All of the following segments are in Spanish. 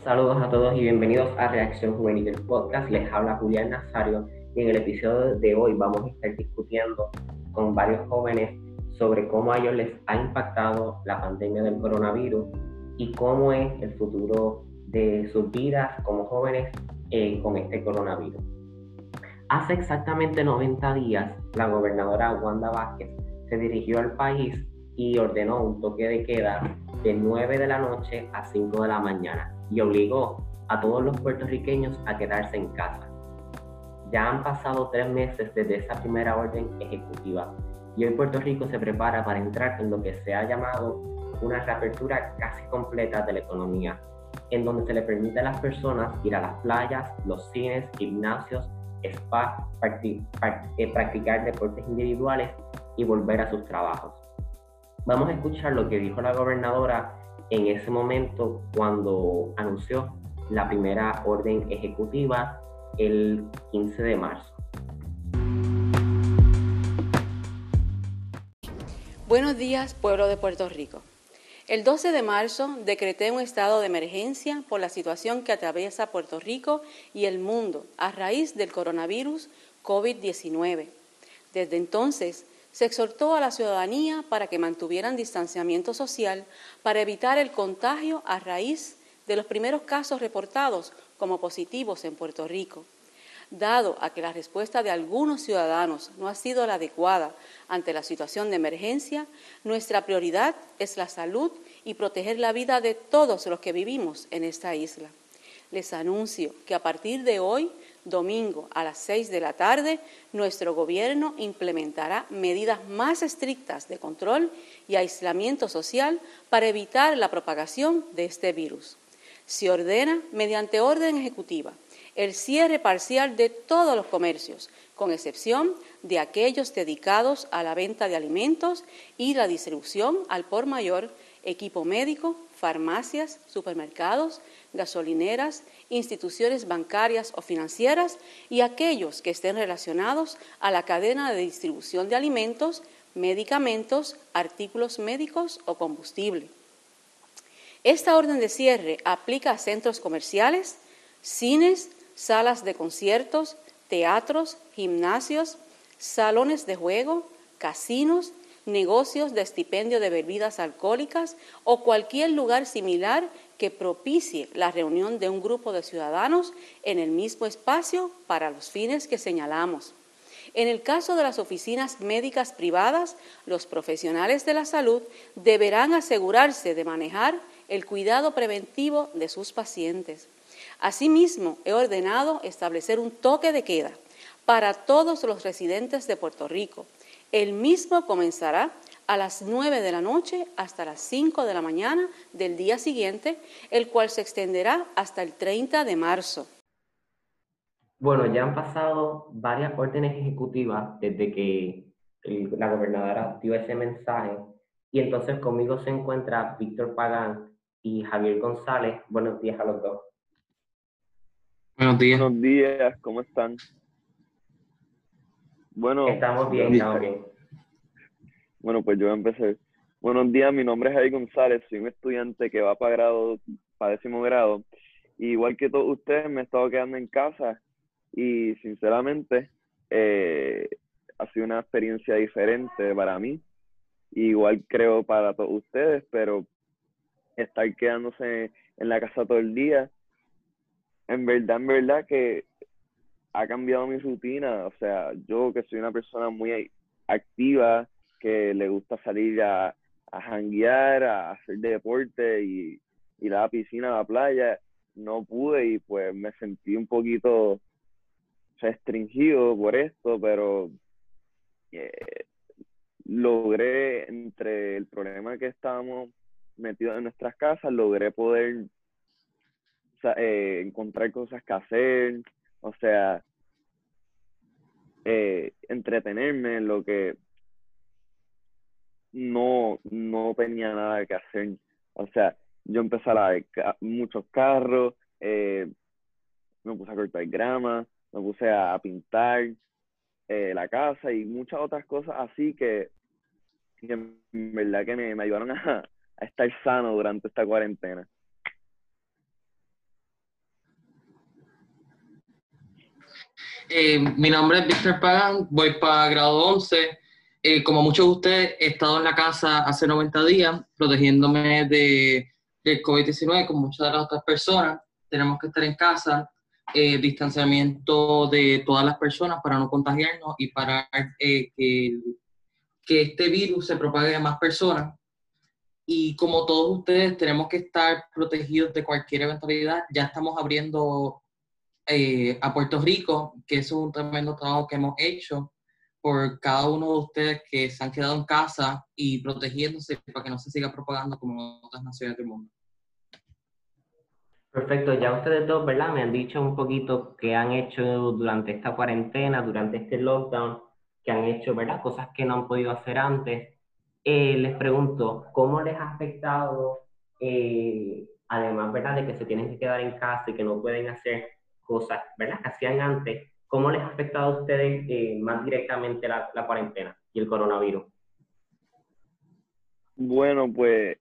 Saludos a todos y bienvenidos a Reacción Juvenil del Podcast. Les habla Julián Nazario y en el episodio de hoy vamos a estar discutiendo con varios jóvenes sobre cómo a ellos les ha impactado la pandemia del coronavirus y cómo es el futuro de sus vidas como jóvenes con este coronavirus. Hace exactamente 90 días, la gobernadora Wanda Vázquez se dirigió al país y ordenó un toque de queda de 9 de la noche a 5 de la mañana y obligó a todos los puertorriqueños a quedarse en casa. Ya han pasado 3 meses desde esa primera orden ejecutiva y hoy Puerto Rico se prepara para entrar en lo que se ha llamado una reapertura casi completa de la economía, en donde se le permite a las personas ir a las playas, los cines, gimnasios, spa, practicar deportes individuales y volver a sus trabajos. Vamos a escuchar lo que dijo la gobernadora en ese momento cuando anunció la primera orden ejecutiva el 15 de marzo. Buenos días, pueblo de Puerto Rico. El 12 de marzo decreté un estado de emergencia por la situación que atraviesa Puerto Rico y el mundo a raíz del coronavirus COVID-19. Desde entonces, se exhortó a la ciudadanía para que mantuvieran distanciamiento social para evitar el contagio a raíz de los primeros casos reportados como positivos en Puerto Rico. Dado a que la respuesta de algunos ciudadanos no ha sido la adecuada ante la situación de emergencia, nuestra prioridad es la salud y proteger la vida de todos los que vivimos en esta isla. Les anuncio que a partir de hoy, domingo a las 6 de la tarde, nuestro gobierno implementará medidas más estrictas de control y aislamiento social para evitar la propagación de este virus. Se ordena, mediante orden ejecutiva, el cierre parcial de todos los comercios, con excepción de aquellos dedicados a la venta de alimentos y la distribución al por mayor, equipo médico, farmacias, supermercados, gasolineras, instituciones bancarias o financieras y aquellos que estén relacionados a la cadena de distribución de alimentos, medicamentos, artículos médicos o combustible. Esta orden de cierre aplica a centros comerciales, cines, salas de conciertos, teatros, gimnasios, salones de juego, casinos, negocios de expendio de bebidas alcohólicas o cualquier lugar similar que propicie la reunión de un grupo de ciudadanos en el mismo espacio para los fines que señalamos. En el caso de las oficinas médicas privadas, los profesionales de la salud deberán asegurarse de manejar el cuidado preventivo de sus pacientes. Asimismo, he ordenado establecer un toque de queda para todos los residentes de Puerto Rico. El mismo comenzará a las 9 de la noche hasta las 5 de la mañana del día siguiente, el cual se extenderá hasta el 30 de marzo. Bueno, ya han pasado varias órdenes ejecutivas desde que la gobernadora dio ese mensaje y entonces conmigo se encuentra Víctor Pagán y Javier González. Buenos días a los dos. Buenos días. Buenos días, ¿cómo están? Bueno, Estamos bien, estamos bien. Bueno, pues yo empecé. Buenos días, mi nombre es Javier González, soy un estudiante que va para 10º grado. Igual que todos ustedes, me he estado quedando en casa y sinceramente ha sido una experiencia diferente para mí. Igual creo para todos ustedes, pero estar quedándose en la casa todo el día, en verdad que ha cambiado mi rutina. O sea, yo que soy una persona muy activa, que le gusta salir a janguear, a hacer deporte y ir a la piscina, a la playa, no pude y pues me sentí un poquito restringido por esto, pero logré, entre el problema que estábamos metidos en nuestras casas, logré poder encontrar cosas que hacer, o sea, entretenerme en lo que no tenía nada que hacer. O sea, yo empecé a lavar muchos carros, me puse a cortar grama, me puse a pintar la casa y muchas otras cosas así que en verdad que me ayudaron a estar sano durante esta cuarentena. Mi nombre es Víctor Pagan, voy para grado 11. Como muchos de ustedes, he estado en la casa hace 90 días protegiéndome del COVID-19 con muchas de las otras personas. Tenemos que estar en casa, distanciamiento de todas las personas para no contagiarnos y para que este virus se propague a más personas. Y como todos ustedes, tenemos que estar protegidos de cualquier eventualidad. Ya estamos abriendo a Puerto Rico, que eso es un tremendo trabajo que hemos hecho por cada uno de ustedes que se han quedado en casa y protegiéndose para que no se siga propagando como en otras naciones del mundo. Perfecto, ya ustedes dos, ¿verdad? Me han dicho un poquito qué han hecho durante esta cuarentena, durante este lockdown, que han hecho, ¿verdad? Cosas que no han podido hacer antes. Les pregunto, ¿cómo les ha afectado, además, ¿verdad? De que se tienen que quedar en casa y que no pueden hacer cosas, ¿verdad? Que hacían antes, ¿cómo les ha afectado a ustedes más directamente la cuarentena y el coronavirus? Bueno, pues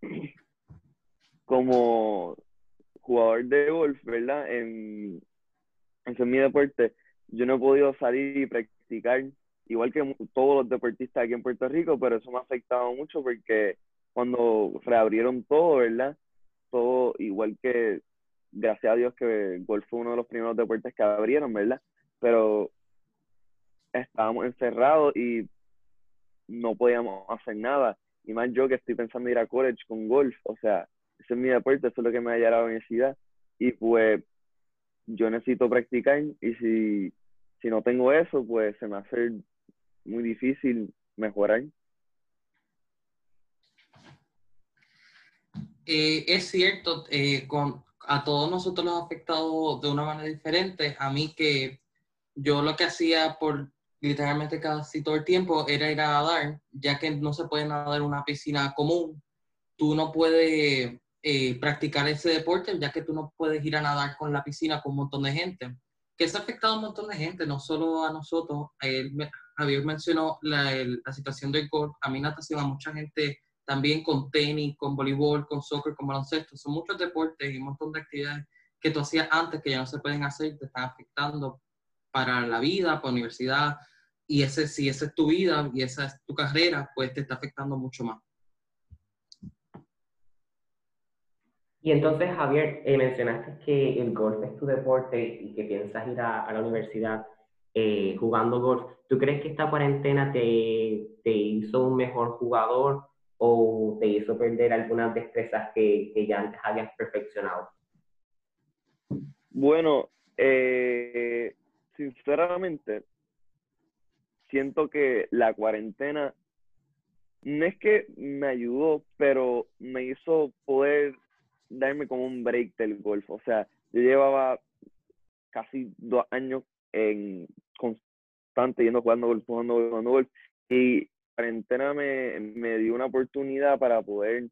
como jugador de golf, ¿verdad? En mi deporte, yo no he podido salir y practicar, igual que todos los deportistas aquí en Puerto Rico, pero eso me ha afectado mucho porque cuando reabrieron todo, ¿verdad? Todo, igual que, gracias a Dios que el golf fue uno de los primeros deportes que abrieron, ¿verdad? Pero estábamos encerrados y no podíamos hacer nada. Y más yo que estoy pensando ir a college con golf, o sea, ese es mi deporte, eso es lo que me ha llevado a la universidad. Y pues yo necesito practicar y si no tengo eso, pues se me hace muy difícil mejorar. Es cierto, a todos nosotros nos ha afectado de una manera diferente. A mí que yo lo que hacía por literalmente casi todo el tiempo era ir a nadar, ya que no se puede nadar en una piscina común. Tú no puedes practicar ese deporte, ya que tú no puedes ir a nadar con la piscina con un montón de gente. Que eso ha afectado a un montón de gente, no solo a nosotros. Javier mencionó la situación del golf, a mí natación, a mucha gente también con tenis, con voleibol, con soccer, con baloncesto. Son muchos deportes y un montón de actividades que tú hacías antes que ya no se pueden hacer y te están afectando para la vida, para la universidad. Y si esa es tu vida y esa es tu carrera, pues te está afectando mucho más. Y entonces, Javier, mencionaste que el golf es tu deporte y que piensas ir a la universidad jugando golf. ¿Tú crees que esta cuarentena te hizo un mejor jugador o te hizo perder algunas destrezas que ya antes habías perfeccionado? Bueno, sinceramente, siento que la cuarentena no es que me ayudó, pero me hizo poder darme como un break del golf. O sea, yo llevaba casi 2 años en constante yendo jugando golf, jugando golf, jugando golf. Y la cuarentena me dio una oportunidad para poder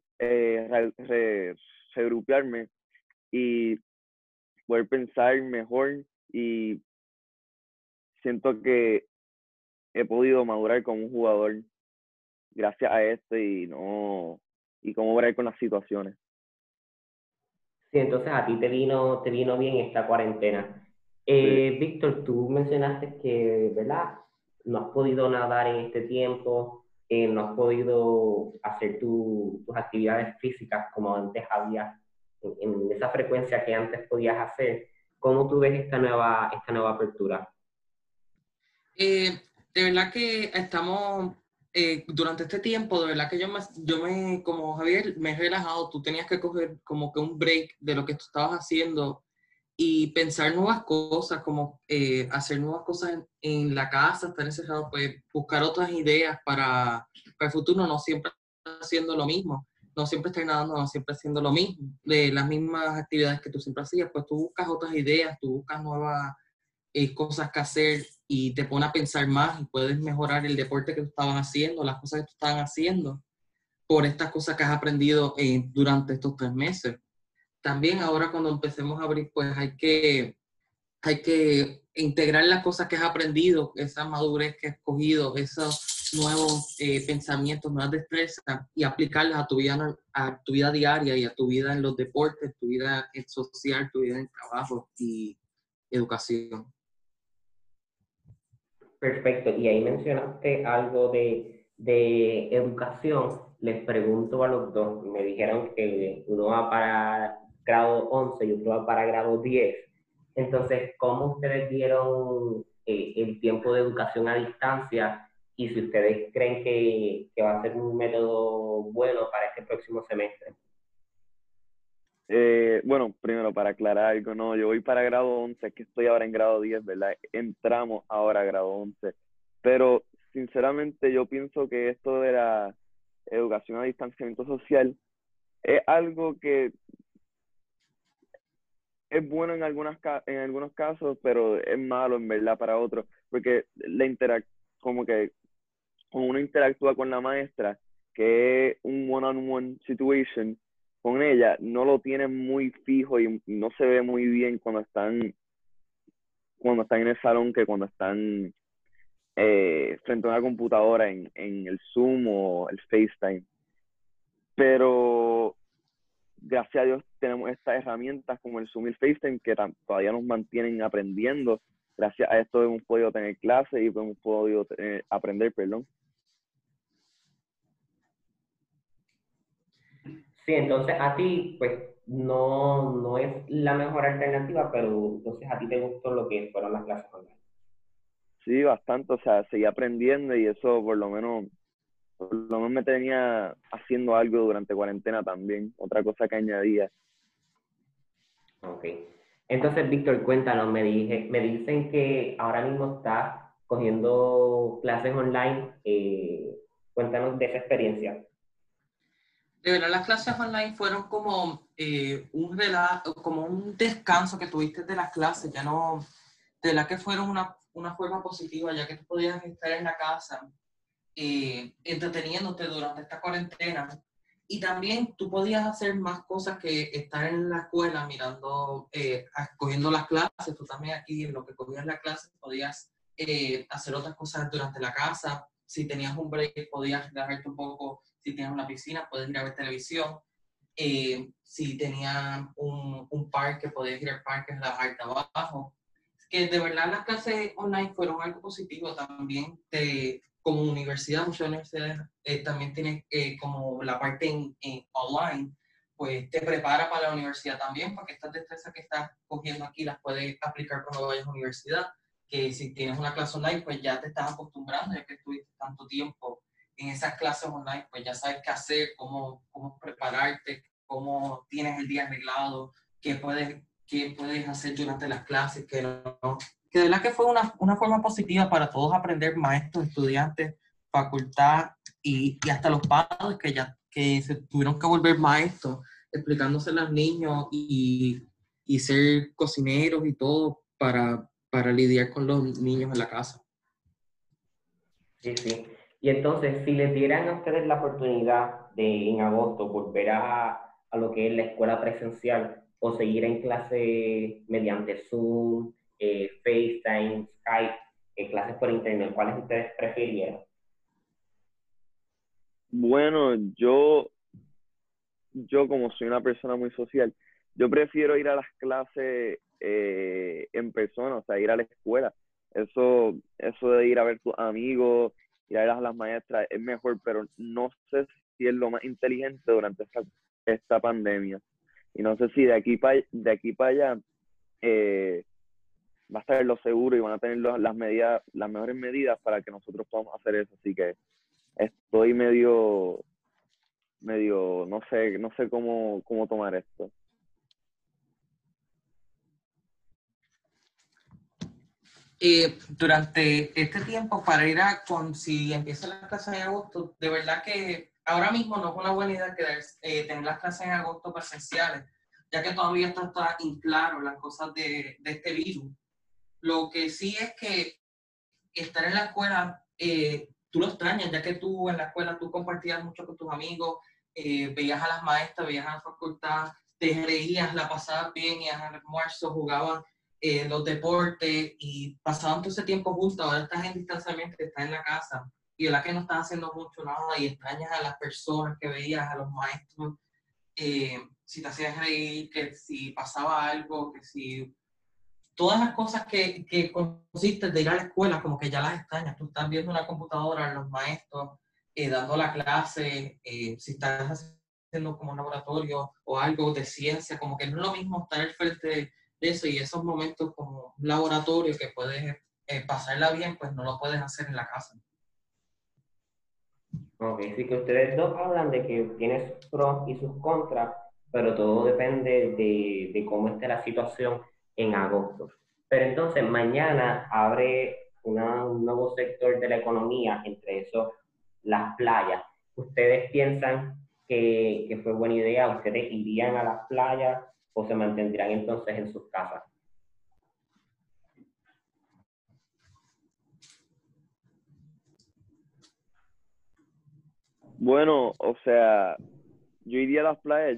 regrupearme y poder pensar mejor. Y siento que he podido madurar como un jugador gracias a esto y cómo bregar con las situaciones. Sí, entonces a ti te vino bien esta cuarentena. Sí. Víctor, tú mencionaste que, ¿verdad? No has podido nadar en este tiempo, no has podido hacer tus actividades físicas como antes habías, en esa frecuencia que antes podías hacer. ¿Cómo tú ves esta nueva apertura? Eh, de verdad que estamos, durante este tiempo, de verdad que como Javier, me he relajado. Tú tenías que coger como que un break de lo que tú estabas haciendo y pensar nuevas cosas, como hacer nuevas cosas en la casa, estar encerrado, pues buscar otras ideas para el futuro, no siempre haciendo lo mismo, no siempre estar nadando, no siempre haciendo lo mismo, de las mismas actividades que tú siempre hacías, pues tú buscas otras ideas, tú buscas nuevas cosas que hacer y te pone a pensar más y puedes mejorar el deporte que tú estabas haciendo, las cosas que tú estabas haciendo por estas cosas que has aprendido durante estos 3 meses. También ahora cuando empecemos a abrir, pues hay que integrar las cosas que has aprendido, esa madurez que has cogido, esos nuevos pensamientos, nuevas destrezas y aplicarlas a tu vida diaria y a tu vida en los deportes, tu vida social, tu vida en el trabajo y educación. Perfecto, y ahí mencionaste algo de educación. Les pregunto a los dos, me dijeron que uno va para grado 11 y otro va para grado 10. Entonces, ¿cómo ustedes vieron el tiempo de educación a distancia y si ustedes creen que va a ser un método bueno para este próximo semestre? Bueno, primero para aclarar algo, no, yo voy para grado 11, es que estoy ahora en grado 10, ¿verdad? Entramos ahora a grado 11, pero sinceramente yo pienso que esto de la educación a distanciamiento social es algo que es bueno en en algunos casos, pero es malo en verdad para otros, porque como que como uno interactúa con la maestra, que es un one-on-one situation con ella, no lo tienen muy fijo y no se ve muy bien cuando están en el salón que cuando están frente a una computadora en el Zoom o el FaceTime. Pero gracias a Dios tenemos estas herramientas como el Zoom y el FaceTime que todavía nos mantienen aprendiendo. Gracias a esto hemos podido tener clases y hemos podido aprender, perdón. Sí, entonces a ti, pues no es la mejor alternativa, pero entonces a ti te gustó lo que fueron las clases online. Sí, bastante, o sea, seguí aprendiendo y eso por lo menos me tenía haciendo algo durante cuarentena también, otra cosa que añadía. Ok. Entonces, Víctor, cuéntanos, me dicen que ahora mismo estás cogiendo clases online. Cuéntanos de esa experiencia. De verdad, las clases online fueron como como un descanso que tuviste de las clases, ya no, de verdad que fueron una forma positiva, ya que tú podías estar en la casa entreteniéndote durante esta cuarentena. Y también tú podías hacer más cosas que estar en la escuela mirando, cogiendo las clases. Tú también aquí en lo que cogías la clase podías hacer otras cosas durante la casa. Si tenías un break podías relajarte un poco. Si tenías una piscina podías ir a ver televisión. Si tenías un parque podías ir al parque, relajarte abajo. Que de verdad las clases online fueron algo positivo también. Como universidad, muchas universidades también tienen como la parte en online, pues te prepara para la universidad también, porque estas destrezas que estás cogiendo aquí las puedes aplicar cuando vayas a la universidad, que si tienes una clase online, pues ya te estás acostumbrando, ya que estuviste tanto tiempo en esas clases online, pues ya sabes qué hacer, cómo prepararte, cómo tienes el día arreglado, qué puedes hacer durante las clases, qué no. Que de verdad que fue una forma positiva para todos aprender, maestros, estudiantes, facultad y hasta los padres que se tuvieron que volver maestros, explicándose a los niños y ser cocineros y todo para lidiar con los niños en la casa. Sí, sí. Y entonces, si les dieran a ustedes la oportunidad de en agosto volver a lo que es la escuela presencial o seguir en clase mediante Zoom, FaceTime, Skype, clases por internet, ¿cuáles ustedes prefirieran? Bueno, yo como soy una persona muy social, yo prefiero ir a las clases en persona, o sea, ir a la escuela. Eso de ir a ver tus amigos, ir a ver a las maestras es mejor, pero no sé si es lo más inteligente durante esta pandemia. Y no sé si de aquí para allá eh, va a estar lo seguro y van a tener las mejores medidas para que nosotros podamos hacer eso. Así que estoy no sé cómo tomar esto. Durante este tiempo, si empiezan las clases en agosto, de verdad que ahora mismo no es una buena idea tener las clases en agosto presenciales, ya que todavía está claro las cosas de este virus. Lo que sí es que estar en la escuela, tú lo extrañas, ya que tú en la escuela tú compartías mucho con tus amigos, veías a las maestras, veías a la facultad, te reías, la pasabas bien, ibas al almuerzo, jugaban los deportes y pasaban todo ese tiempo juntos. Ahora estás en distanciamiento, estás en la casa y la que no estás haciendo mucho nada y extrañas a las personas que veías, a los maestros, si te hacías reír, que si pasaba algo, que si todas las cosas que consisten de ir a la escuela, como que ya las extrañas. Tú estás viendo una computadora, los maestros, dando la clase, si estás haciendo como un laboratorio o algo de ciencia, como que no es lo mismo estar al frente de eso y esos momentos como un laboratorio que puedes pasarla bien, pues no lo puedes hacer en la casa. Ok, sí que ustedes dos hablan de que tiene sus pros y sus contras, pero todo depende de cómo esté la situación en agosto. Pero entonces mañana abre un nuevo sector de la economía, entre esos las playas. ¿Ustedes piensan que fue buena idea? ¿Ustedes irían a las playas o se mantendrían entonces en sus casas? Bueno, o sea, yo iría a las playas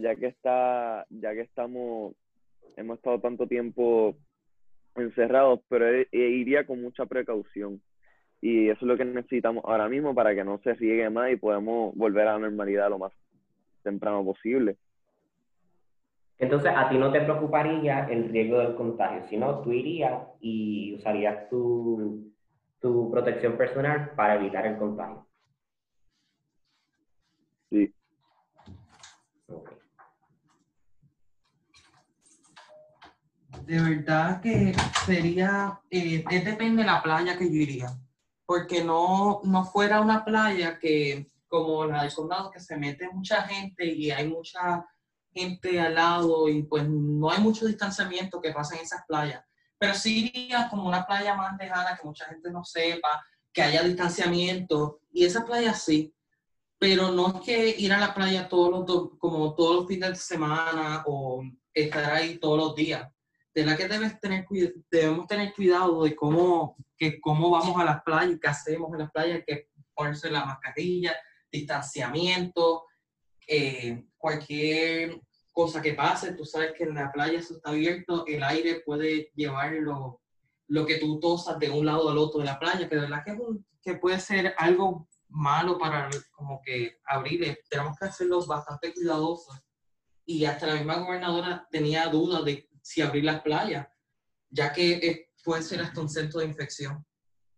hemos estado tanto tiempo encerrados, pero iría con mucha precaución. Y eso es lo que necesitamos ahora mismo para que no se riegue más y podamos volver a la normalidad lo más temprano posible. Entonces, a ti no te preocuparía el riesgo del contagio, sino tú irías y usarías tu protección personal para evitar el contagio. Sí. Okay. De verdad que sería, depende de la playa que yo iría, porque no fuera una playa que, como la del condado, que se mete mucha gente y hay mucha gente al lado y pues no hay mucho distanciamiento que pasa en esas playas, pero sí iría como una playa más lejana, que mucha gente no sepa, que haya distanciamiento, y esa playa sí, pero no es que ir a la playa como todos los fines de semana o estar ahí todos los días. De la que debemos tener cuidado de cómo vamos a las playas, qué hacemos en las playas, que ponerse la mascarilla, distanciamiento, cualquier cosa que pase. Tú sabes que en la playa eso está abierto, el aire puede llevar lo que tú tosas de un lado al otro de la playa, que de verdad que puede ser algo malo para como que abrirle. Tenemos que hacerlo bastante cuidadosos. Y hasta la misma gobernadora tenía dudas de si abrir las playas, ya que puede ser hasta un centro de infección.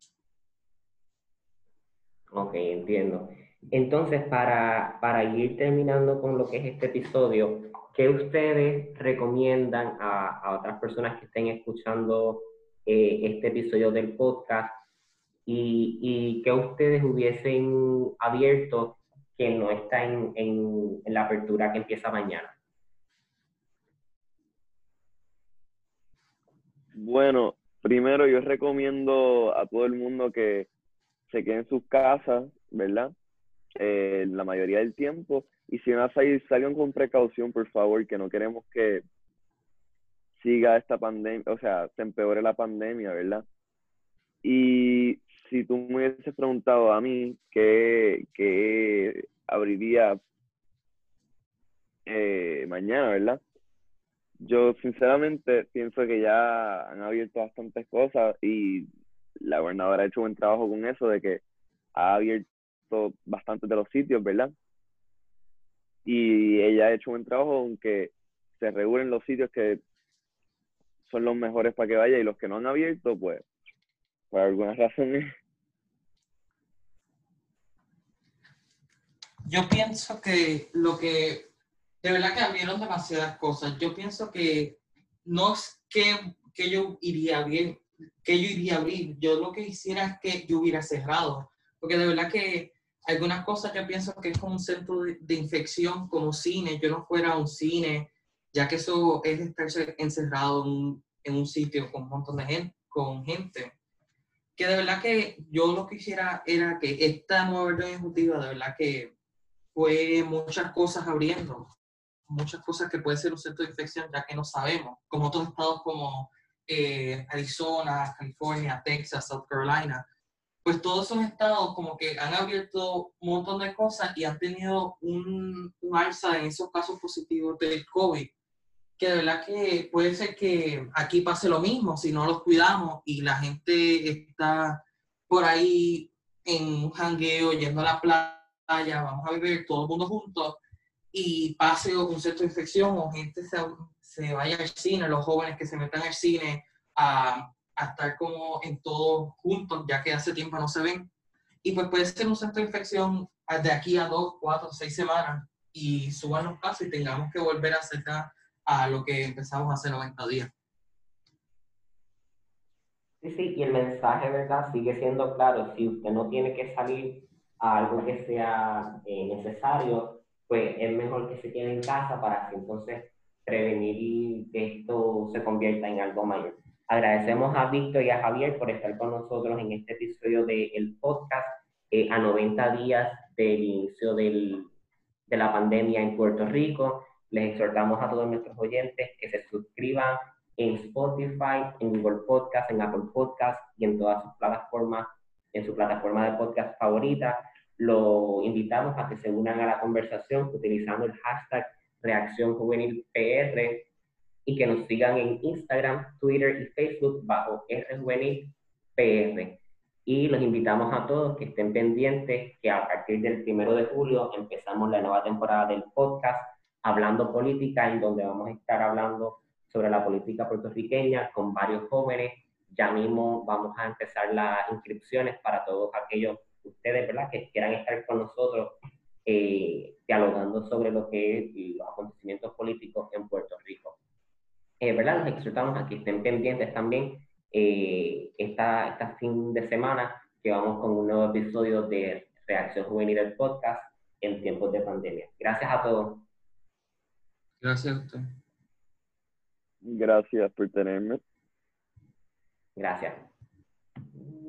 Ok, entiendo. Entonces, para ir terminando con lo que es este episodio, ¿qué ustedes recomiendan a otras personas que estén escuchando este episodio del podcast y que ustedes hubiesen abierto que no está en la apertura que empieza mañana? Bueno, primero yo recomiendo a todo el mundo que se quede en sus casas, ¿verdad? La mayoría del tiempo. Y si van a salir, salgan con precaución, por favor, que no queremos que siga esta pandemia, o sea, se empeore la pandemia, ¿verdad? Y si tú me hubieses preguntado a mí qué abriría mañana, ¿verdad? Yo sinceramente pienso que ya han abierto bastantes cosas y la gobernadora ha hecho buen trabajo con eso, de que ha abierto bastantes de los sitios, ¿verdad? Y ella ha hecho buen trabajo, aunque se regulen los sitios que son los mejores para que vaya y los que no han abierto, pues, por alguna razón. Yo pienso que de verdad que abrieron demasiadas cosas. Yo pienso que no es que yo iría bien, que yo iría a abrir. Yo lo que hiciera es que yo hubiera cerrado. Porque de verdad que algunas cosas yo pienso que es como un centro de infección, como cine. Yo no fuera a un cine, ya que eso es estarse encerrado en un sitio con un montón de gente, con gente. Que de verdad que yo lo que quisiera era que esta nueva orden ejecutiva, de verdad que fue muchas cosas abriendo, muchas cosas que puede ser un centro de infección, ya que no sabemos, como otros estados como Arizona, California, Texas, South Carolina, pues todos esos estados como que han abierto un montón de cosas y han tenido un alza en esos casos positivos del COVID, que de verdad que puede ser que aquí pase lo mismo si no los cuidamos y la gente está por ahí en un jangueo, yendo a la playa, vamos a beber todo el mundo juntos y pase un centro de infección o gente se vaya al cine, los jóvenes que se metan al cine a estar como en todos juntos, ya que hace tiempo no se ven. Y pues puede ser un centro de infección de aquí a 2, 4, 6 semanas y suban los casos y tengamos que volver a acercar a lo que empezamos hace 90 días. Sí, sí, y el mensaje, ¿verdad? Sigue siendo claro. Si usted no tiene que salir a algo que sea necesario, pues es mejor que se quede en casa para así entonces prevenir y que esto se convierta en algo mayor. Agradecemos a Víctor y a Javier por estar con nosotros en este episodio del podcast a 90 días del inicio de la pandemia en Puerto Rico. Les exhortamos a todos nuestros oyentes que se suscriban en Spotify, en Google Podcast, en Apple Podcast y en todas sus plataformas, en su plataforma de podcast favorita. Lo invitamos a que se unan a la conversación utilizando el hashtag Reacción Juvenil PR y que nos sigan en Instagram, Twitter y Facebook bajo RJuvenil PR. Y los invitamos a todos que estén pendientes que a partir del 1 de julio empezamos la nueva temporada del podcast Hablando Política, en donde vamos a estar hablando sobre la política puertorriqueña con varios jóvenes. Ya mismo vamos a empezar las inscripciones para todos aquellos ustedes, ¿verdad?, que quieran estar con nosotros dialogando sobre lo que es los acontecimientos políticos en Puerto Rico. ¿Verdad? Los exhortamos a que estén pendientes también esta fin de semana que vamos con un nuevo episodio de Reacción Juvenil del Podcast en tiempos de pandemia. Gracias a todos. Gracias a usted. Gracias por tenerme. Gracias.